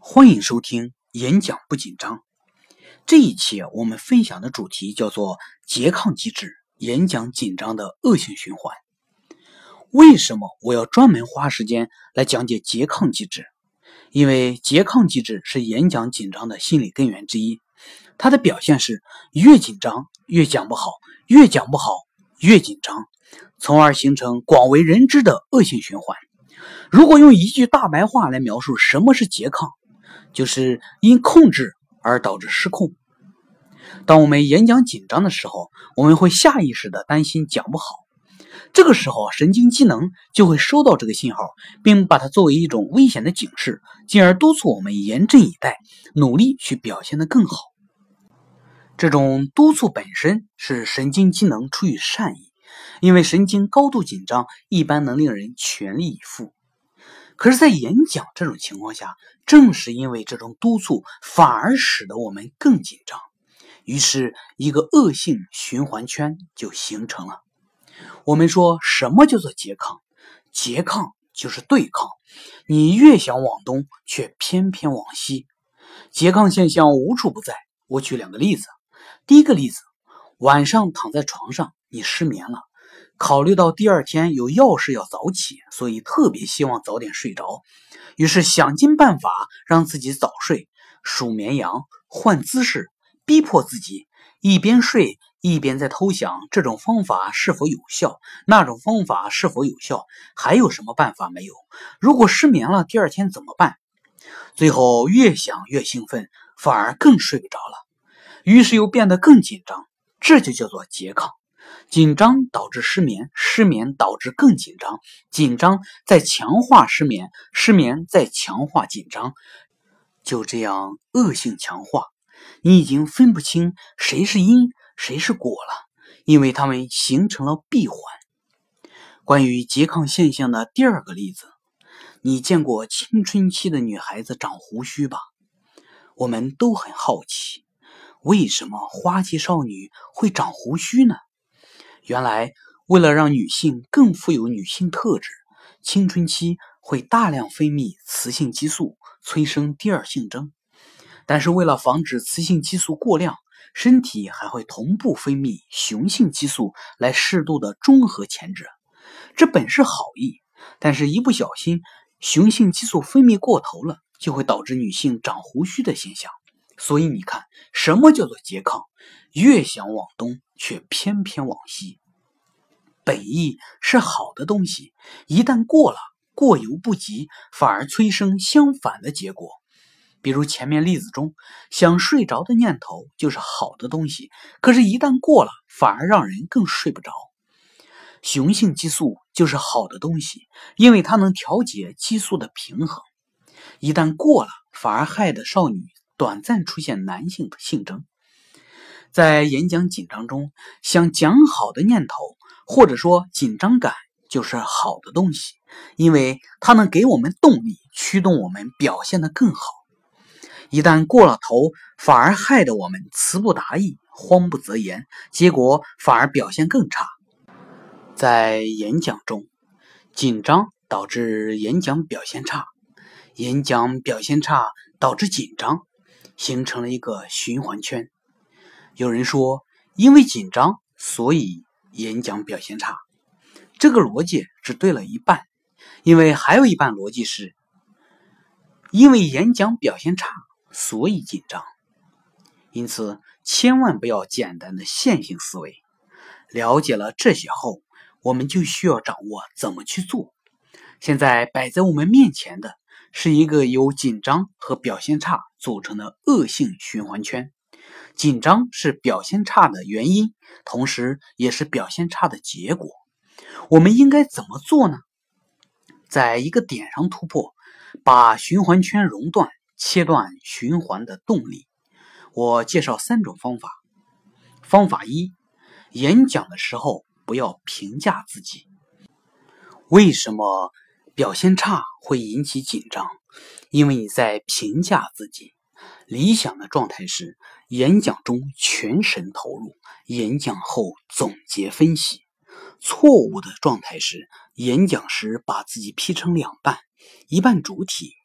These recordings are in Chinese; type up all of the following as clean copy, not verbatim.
欢迎收听演讲不紧张。这一期我们分享的主题叫做拮抗机制，演讲紧张的恶性循环。为什么我要专门花时间来讲解拮抗机制？因为拮抗机制是演讲紧张的心理根源之一，它的表现是越紧张越讲不好，越讲不好越紧张，从而形成广为人知的恶性循环。如果用一句大白话来描述什么是拮抗，就是因控制而导致失控。当我们演讲紧张的时候，我们会下意识地担心讲不好，这个时候神经机能就会收到这个信号，并把它作为一种危险的警示，进而督促我们严阵以待，努力去表现得更好。这种督促本身是神经机能出于善意，因为神经高度紧张一般能令人全力以赴。可是在演讲这种情况下，正是因为这种督促反而使得我们更紧张，于是一个恶性循环圈就形成了。我们说什么叫做拮抗？拮抗就是对抗，你越想往东却偏偏往西。拮抗现象无处不在，我举两个例子。第一个例子，晚上躺在床上，你失眠了，考虑到第二天有要事要早起，所以特别希望早点睡着，于是想尽办法让自己早睡，数绵羊，换姿势，逼迫自己一边睡一边在偷想这种方法是否有效，那种方法是否有效，还有什么办法没有，如果失眠了第二天怎么办？最后越想越兴奋，反而更睡不着了，于是又变得更紧张，这就叫做拮抗。紧张导致失眠，失眠导致更紧张，紧张再强化失眠，失眠再强化紧张，就这样恶性强化。你已经分不清谁是因谁是果了，因为它们形成了闭环。关于拮抗现象的第二个例子，你见过青春期的女孩子长胡须吧？我们都很好奇，为什么花季少女会长胡须呢？原来为了让女性更富有女性特质，青春期会大量分泌雌性激素，催生第二性征。但是为了防止雌性激素过量，身体还会同步分泌雄性激素来适度的中和前者。这本是好意，但是一不小心雄性激素分泌过头了，就会导致女性长胡须的现象。所以你看，什么叫做拮抗？越想往东却偏偏往西。本意是好的东西，一旦过了，过犹不及，反而催生相反的结果。比如前面例子中，想睡着的念头就是好的东西，可是一旦过了，反而让人更睡不着。雄性激素就是好的东西，因为它能调节激素的平衡，一旦过了，反而害得少女短暂出现男性性征。在演讲紧张中，想讲好的念头或者说紧张感就是好的东西，因为它能给我们动力，驱动我们表现得更好。一旦过了头，反而害得我们词不达意，慌不择言，结果反而表现更差。在演讲中，紧张导致演讲表现差，演讲表现差导致紧张，形成了一个循环圈。有人说，因为紧张，所以演讲表现差。这个逻辑只对了一半，因为还有一半逻辑是，因为演讲表现差，所以紧张。因此，千万不要简单的线性思维。了解了这些后，我们就需要掌握怎么去做。现在摆在我们面前的是一个由紧张和表现差组成的恶性循环圈。紧张是表现差的原因，同时也是表现差的结果。我们应该怎么做呢？在一个点上突破，把循环圈熔断，切断循环的动力。我介绍3种方法。方法1，演讲的时候不要评价自己。为什么表现差会引起紧张？因为你在评价自己。理想的状态是演讲中全神投入，演讲后总结分析。错误的状态是演讲时把自己劈成2半，一半主体，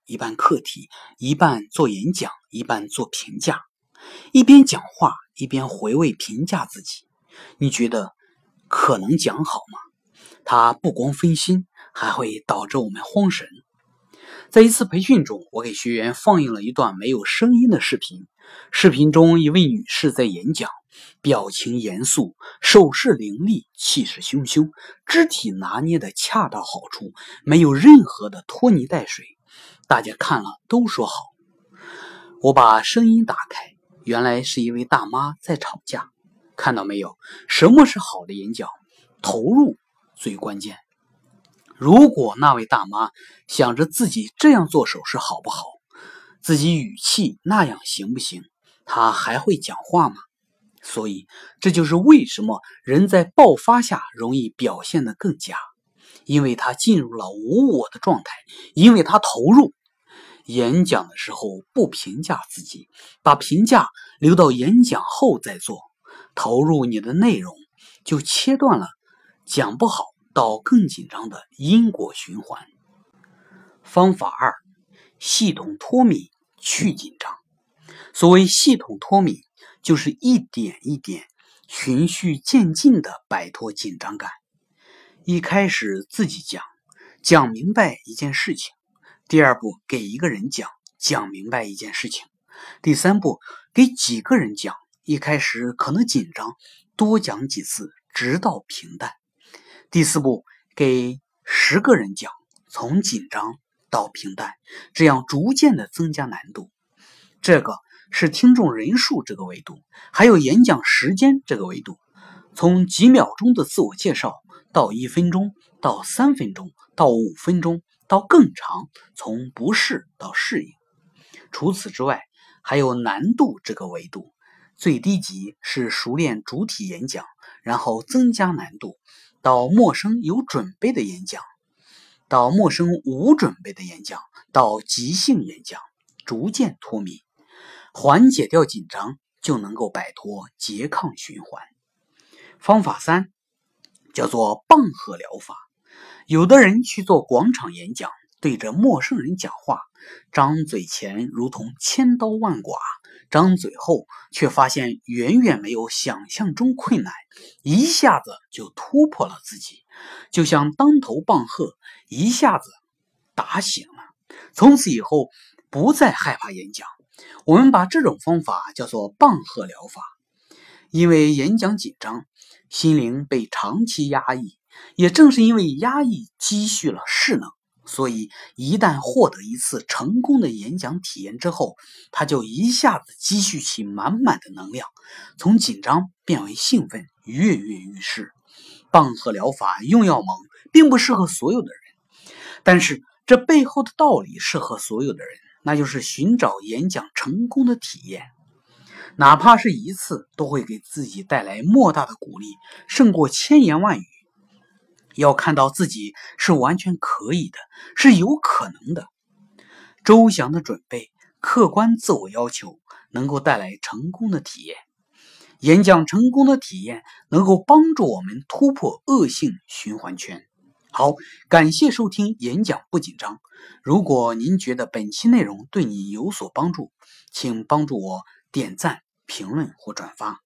一半课题，一半做演讲，一半做评价。一边讲话，一边回味评价自己。你觉得可能讲好吗？它不光分心，还会导致我们慌神。在一次培训中，我给学员放映了一段没有声音的视频。视频中，一位女士在演讲，表情严肃，手势凌厉，气势汹汹，肢体拿捏得恰到好处，没有任何的拖泥带水。大家看了都说好。我把声音打开，原来是一位大妈在吵架。看到没有？什么是好的演讲？投入最关键。如果那位大妈想着自己这样做手势好不好，自己语气那样行不行，她还会讲话吗？所以这就是为什么人在爆发下容易表现得更佳，因为他进入了无我的状态，因为他投入。演讲的时候不评价自己，把评价留到演讲后再做，投入你的内容，就切断了讲不好到更紧张的因果循环。方法2，系统脱敏去紧张。所谓系统脱敏，就是一点一点循序渐进地摆脱紧张感。一开始自己讲明白一件事情，第二步给一个人讲明白一件事情，第三步给几个人讲，一开始可能紧张，多讲几次直到平淡。第四步给10个人讲，从紧张到平淡，这样逐渐的增加难度。这个是听众人数这个维度，还有演讲时间这个维度，从几秒钟的自我介绍到1分钟，到3分钟，到5分钟，到更长，从不适到适应。除此之外，还有难度这个维度，最低级是熟练主体演讲，然后增加难度，到陌生有准备的演讲，到陌生无准备的演讲，到即兴演讲，逐渐脱敏，缓解掉紧张，就能够摆脱拮抗循环。方法3叫做棒喝疗法。有的人去做广场演讲，对着陌生人讲话，张嘴前如同千刀万剐，张嘴后却发现远远没有想象中困难，一下子就突破了自己，就像当头棒喝，一下子打醒了。从此以后不再害怕演讲。我们把这种方法叫做棒喝疗法。因为演讲紧张，心灵被长期压抑，也正是因为压抑积蓄了势能，所以一旦获得一次成功的演讲体验之后，他就一下子积蓄起满满的能量，从紧张变为兴奋，跃跃欲试。棒喝疗法用药猛，并不适合所有的人，但是这背后的道理适合所有的人，那就是寻找演讲成功的体验。哪怕是一次，都会给自己带来莫大的鼓励，胜过千言万语。要看到自己是完全可以的，是有可能的。周详的准备，客观自我要求，能够带来成功的体验。演讲成功的体验能够帮助我们突破恶性循环圈。好，感谢收听演讲不紧张。如果您觉得本期内容对你有所帮助，请帮助我点赞、评论或转发。